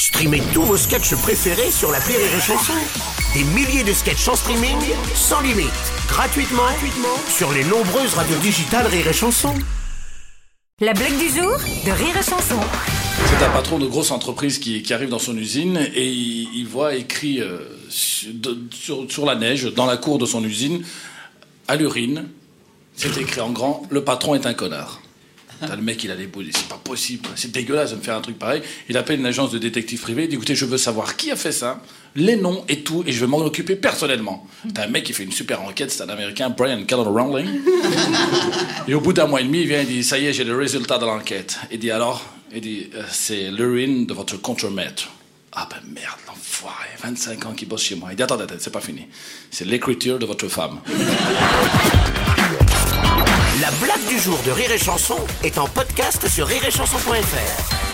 Streamez tous vos sketchs préférés sur l'appli Rire et Chanson. Des milliers de sketchs en streaming, sans limite, gratuitement sur les nombreuses radios digitales Rire et Chanson. La blague du jour de Rire et Chanson. C'est un patron de grosse entreprise qui arrive dans son usine et il voit écrit sur la neige, dans la cour de son usine, à l'urine, c'est écrit en grand, le patron est un connard. Le mec, il a les boules, c'est pas possible, c'est dégueulasse de me faire un truc pareil. Il appelle une agence de détective privé, il dit écoutez, je veux savoir qui a fait ça, les noms et tout, et je vais m'en occuper personnellement. T'as un mec qui fait une super enquête, c'est un américain, Brian Keller Rowling. Et au bout d'un mois et demi, il vient et dit ça y est, j'ai le résultat de l'enquête. Il dit alors, c'est l'urine de votre contremaître. Ah ben merde, l'enfoiré, 25 ans qu'il bosse chez moi. Il dit attends, c'est pas fini. C'est l'écriture de votre femme. La blague du jour de Rire et Chanson est en podcast sur rireetchanson.fr.